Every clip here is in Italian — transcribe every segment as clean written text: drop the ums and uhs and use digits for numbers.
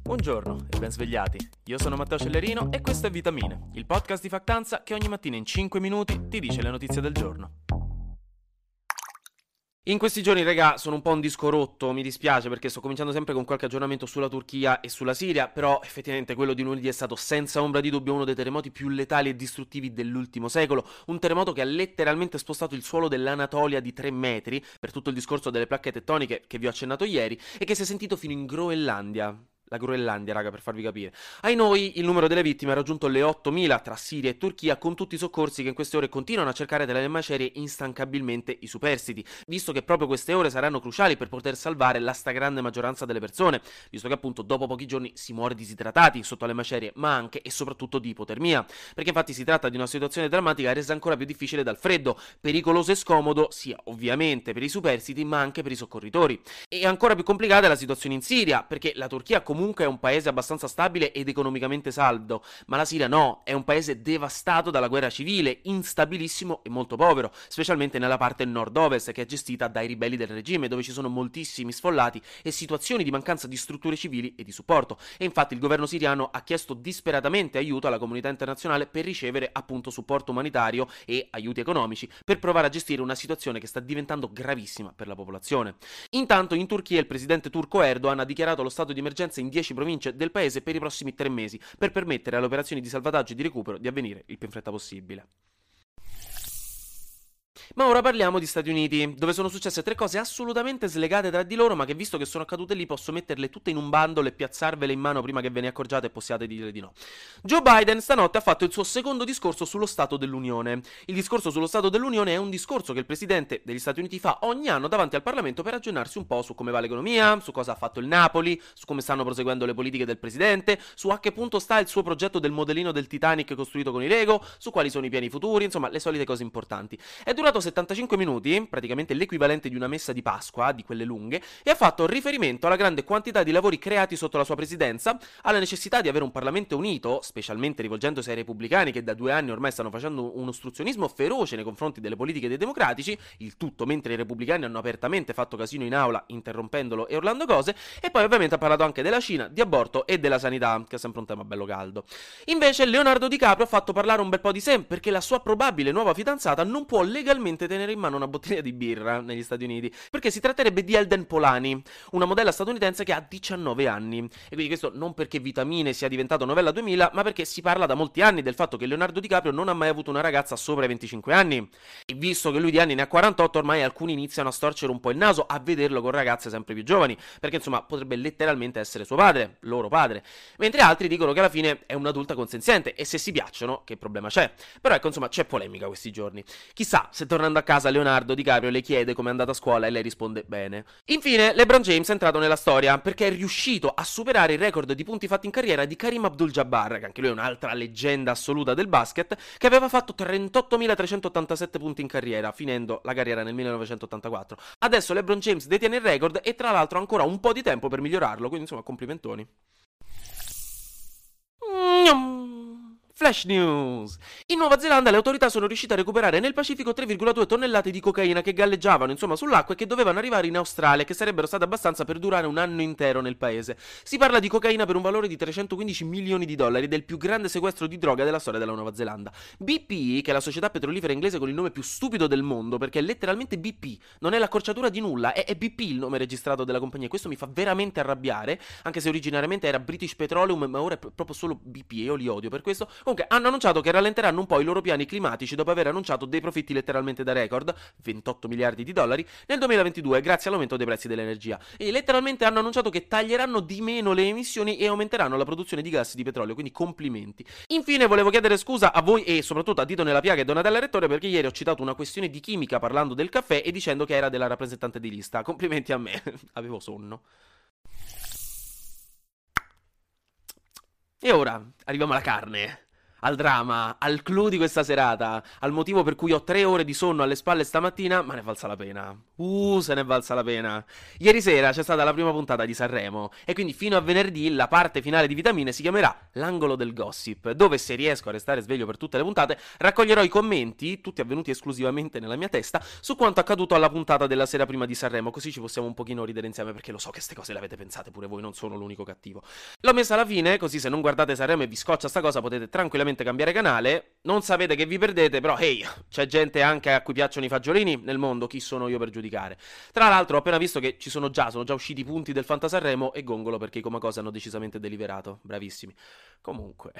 Buongiorno e ben svegliati. Io sono Matteo Cellerino e questo è Vitamine, il podcast di Factanza che ogni mattina in 5 minuti ti dice le notizie del giorno. In questi giorni, raga, sono un po' un disco rotto, mi dispiace perché sto cominciando sempre con qualche aggiornamento sulla Turchia e sulla Siria, però effettivamente quello di lunedì è stato senza ombra di dubbio uno dei terremoti più letali e distruttivi dell'ultimo secolo, un terremoto che ha letteralmente spostato il suolo dell'Anatolia di 3 metri, per tutto il discorso delle placche tettoniche che vi ho accennato ieri, e che si è sentito fino in Groenlandia. La Groenlandia, raga, per farvi capire. Ai noi, il numero delle vittime ha raggiunto le 8.000 tra Siria e Turchia, con tutti i soccorsi che in queste ore continuano a cercare dalle macerie instancabilmente i superstiti, visto che proprio queste ore saranno cruciali per poter salvare la stragrande maggioranza delle persone, visto che appunto dopo pochi giorni si muore disidratati sotto le macerie, ma anche e soprattutto di ipotermia, perché infatti si tratta di una situazione drammatica resa ancora più difficile dal freddo, pericoloso e scomodo sia ovviamente per i superstiti, ma anche per i soccorritori. E ancora più complicata è la situazione in Siria, perché la Turchia comunque è un paese abbastanza stabile ed economicamente saldo, ma la Siria no, è un paese devastato dalla guerra civile, instabilissimo e molto povero, specialmente nella parte nord-ovest che è gestita dai ribelli del regime, dove ci sono moltissimi sfollati e situazioni di mancanza di strutture civili e di supporto. E infatti il governo siriano ha chiesto disperatamente aiuto alla comunità internazionale per ricevere appunto supporto umanitario e aiuti economici per provare a gestire una situazione che sta diventando gravissima per la popolazione. Intanto in Turchia il presidente turco Erdogan ha dichiarato lo stato di emergenza in 10 province del paese per i prossimi 3 mesi, per permettere alle operazioni di salvataggio e di recupero di avvenire il più in fretta possibile. Ma ora parliamo di Stati Uniti, dove sono successe 3 cose assolutamente slegate tra di loro, ma che visto che sono accadute lì posso metterle tutte in un bundle e piazzarvele in mano prima che ve ne accorgiate e possiate dire di no. Joe Biden stanotte ha fatto il suo secondo discorso sullo Stato dell'Unione. Il discorso sullo Stato dell'Unione è un discorso che il presidente degli Stati Uniti fa ogni anno davanti al Parlamento per aggiornarsi un po' su come va l'economia, su cosa ha fatto il Napoli, su come stanno proseguendo le politiche del presidente, su a che punto sta il suo progetto del modellino del Titanic costruito con i Lego, su quali sono i piani futuri, insomma le solite cose importanti. È durato 75 minuti, praticamente l'equivalente di una messa di Pasqua, di quelle lunghe, e ha fatto riferimento alla grande quantità di lavori creati sotto la sua presidenza, alla necessità di avere un Parlamento unito, specialmente rivolgendosi ai repubblicani che da 2 anni ormai stanno facendo un ostruzionismo feroce nei confronti delle politiche dei democratici, il tutto mentre i repubblicani hanno apertamente fatto casino in aula interrompendolo e urlando cose, e poi ovviamente ha parlato anche della Cina, di aborto e della sanità, che è sempre un tema bello caldo. Invece Leonardo DiCaprio ha fatto parlare un bel po' di sé, perché la sua probabile nuova fidanzata non può legalmente tenere in mano una bottiglia di birra negli Stati Uniti, perché si tratterebbe di Elden Polani, una modella statunitense che ha 19 anni. E quindi questo non perché Vitamine sia diventato novella 2000, ma perché si parla da molti anni del fatto che Leonardo DiCaprio non ha mai avuto una ragazza sopra i 25 anni. E visto che lui di anni ne ha 48, ormai alcuni iniziano a storcere un po' il naso a vederlo con ragazze sempre più giovani, perché insomma potrebbe letteralmente essere suo padre, loro padre. Mentre altri dicono che alla fine è un'adulta consenziente e se si piacciono, che problema c'è? Però ecco, insomma, c'è polemica questi giorni. Chissà se tornando a casa Leonardo DiCaprio le chiede come è andata a scuola e lei risponde bene. Infine, LeBron James è entrato nella storia perché è riuscito a superare il record di punti fatti in carriera di Kareem Abdul-Jabbar, che anche lui è un'altra leggenda assoluta del basket, che aveva fatto 38.387 punti in carriera, finendo la carriera nel 1984. Adesso LeBron James detiene il record e tra l'altro ha ancora un po' di tempo per migliorarlo, quindi insomma complimentoni. Flash News! In Nuova Zelanda le autorità sono riuscite a recuperare nel Pacifico 3,2 tonnellate di cocaina che galleggiavano insomma sull'acqua e che dovevano arrivare in Australia, che sarebbero state abbastanza per durare un anno intero nel paese. Si parla di cocaina per un valore di 315 milioni di dollari, del più grande sequestro di droga della storia della Nuova Zelanda. BP, che è la società petrolifera inglese con il nome più stupido del mondo, perché è letteralmente BP, non è l'accorciatura di nulla, è BP il nome registrato della compagnia. Questo mi fa veramente arrabbiare, anche se originariamente era British Petroleum, ma ora è proprio solo BP e io li odio per questo. Comunque hanno annunciato che rallenteranno un po' i loro piani climatici dopo aver annunciato dei profitti letteralmente da record, 28 miliardi di dollari, nel 2022 grazie all'aumento dei prezzi dell'energia. E letteralmente hanno annunciato che taglieranno di meno le emissioni e aumenteranno la produzione di gas di petrolio, quindi complimenti. Infine volevo chiedere scusa a voi e soprattutto a Dito nella Piaga e Donatella Rettore perché ieri ho citato una questione di chimica parlando del caffè e dicendo che era della rappresentante di lista. Complimenti a me, avevo sonno. E ora arriviamo alla carne. al dramma, al clou di questa serata, al motivo per cui ho 3 ore di sonno alle spalle stamattina, ma ne è valsa la pena. Se ne è valsa la pena. Ieri sera c'è stata la prima puntata di Sanremo e quindi fino a venerdì la parte finale di Vitamine si chiamerà L'angolo del gossip, dove se riesco a restare sveglio per tutte le puntate raccoglierò i commenti, tutti avvenuti esclusivamente nella mia testa, su quanto accaduto alla puntata della sera prima di Sanremo, così ci possiamo un pochino ridere insieme perché lo so che queste cose le avete pensate pure voi, non sono l'unico cattivo. L'ho messa alla fine, così se non guardate Sanremo e vi scoccia sta cosa potete tranquillamente cambiare canale. Non sapete che vi perdete, però hey, c'è gente anche a cui piacciono i fagiolini nel mondo, chi sono io per giudicare? Tra l'altro ho appena visto che sono già usciti i punti del Fantasarremo e gongolo perché i Comacose hanno decisamente deliberato, bravissimi. Comunque...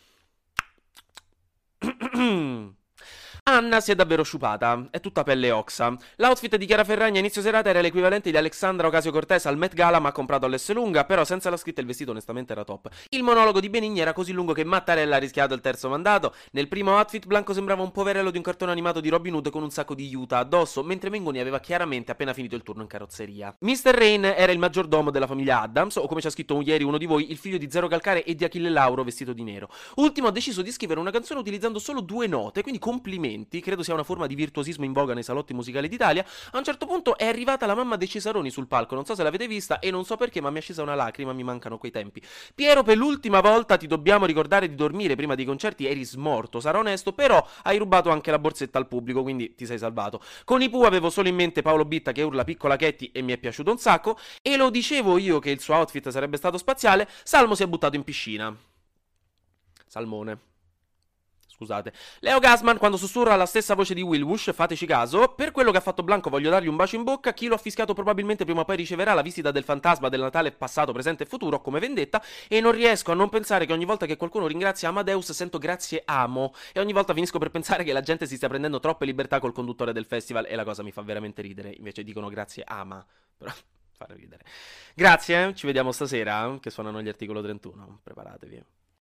Anna si è davvero sciupata, è tutta pelle e oxa. L'outfit di Chiara Ferragni a inizio serata era l'equivalente di Alexandra Ocasio-Cortez al Met Gala ma comprato all'Esselunga, però senza la scritta il vestito onestamente era top. Il monologo di Benigni era così lungo che Mattarella ha rischiato il terzo mandato. Nel primo outfit Blanco sembrava un poverello di un cartone animato di Robin Hood con un sacco di Utah addosso, mentre Mengoni aveva chiaramente appena finito il turno in carrozzeria. Mr. Rain era il maggiordomo della famiglia Addams, o come ci ha scritto ieri uno di voi, il figlio di Zero Calcare e di Achille Lauro vestito di nero. Ultimo ha deciso di scrivere una canzone utilizzando solo 2 note, quindi complimenti, credo sia una forma di virtuosismo in voga nei salotti musicali d'Italia. A un certo punto è arrivata la mamma dei Cesaroni sul palco, non so se l'avete vista e non so perché ma mi è scesa una lacrima, mi mancano quei tempi. Piero, per l'ultima volta ti dobbiamo ricordare di dormire prima dei concerti, eri smorto, sarò onesto, però hai rubato anche la borsetta al pubblico, quindi ti sei salvato. Con i Pooh avevo solo in mente Paolo Bitta che urla piccola Ketty e mi è piaciuto un sacco, e lo dicevo io che il suo outfit sarebbe stato spaziale, Salmo si è buttato in piscina. Salmone. Scusate. Leo Gassman quando sussurra la stessa voce di Will Wush, fateci caso, per quello che ha fatto Blanco voglio dargli un bacio in bocca, chi lo ha fischiato probabilmente prima o poi riceverà la visita del fantasma del Natale passato, presente e futuro come vendetta, e non riesco a non pensare che ogni volta che qualcuno ringrazia Amadeus sento grazie amo, e ogni volta finisco per pensare che la gente si stia prendendo troppe libertà col conduttore del festival e la cosa mi fa veramente ridere, invece dicono grazie ama, però fare ridere. Grazie, ci vediamo stasera, che suonano gli articolo 31, preparatevi.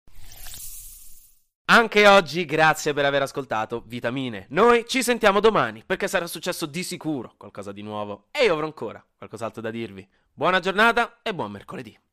Anche oggi grazie per aver ascoltato Vitamine. Noi ci sentiamo domani perché sarà successo di sicuro qualcosa di nuovo e io avrò ancora qualcos'altro da dirvi. Buona giornata e buon mercoledì.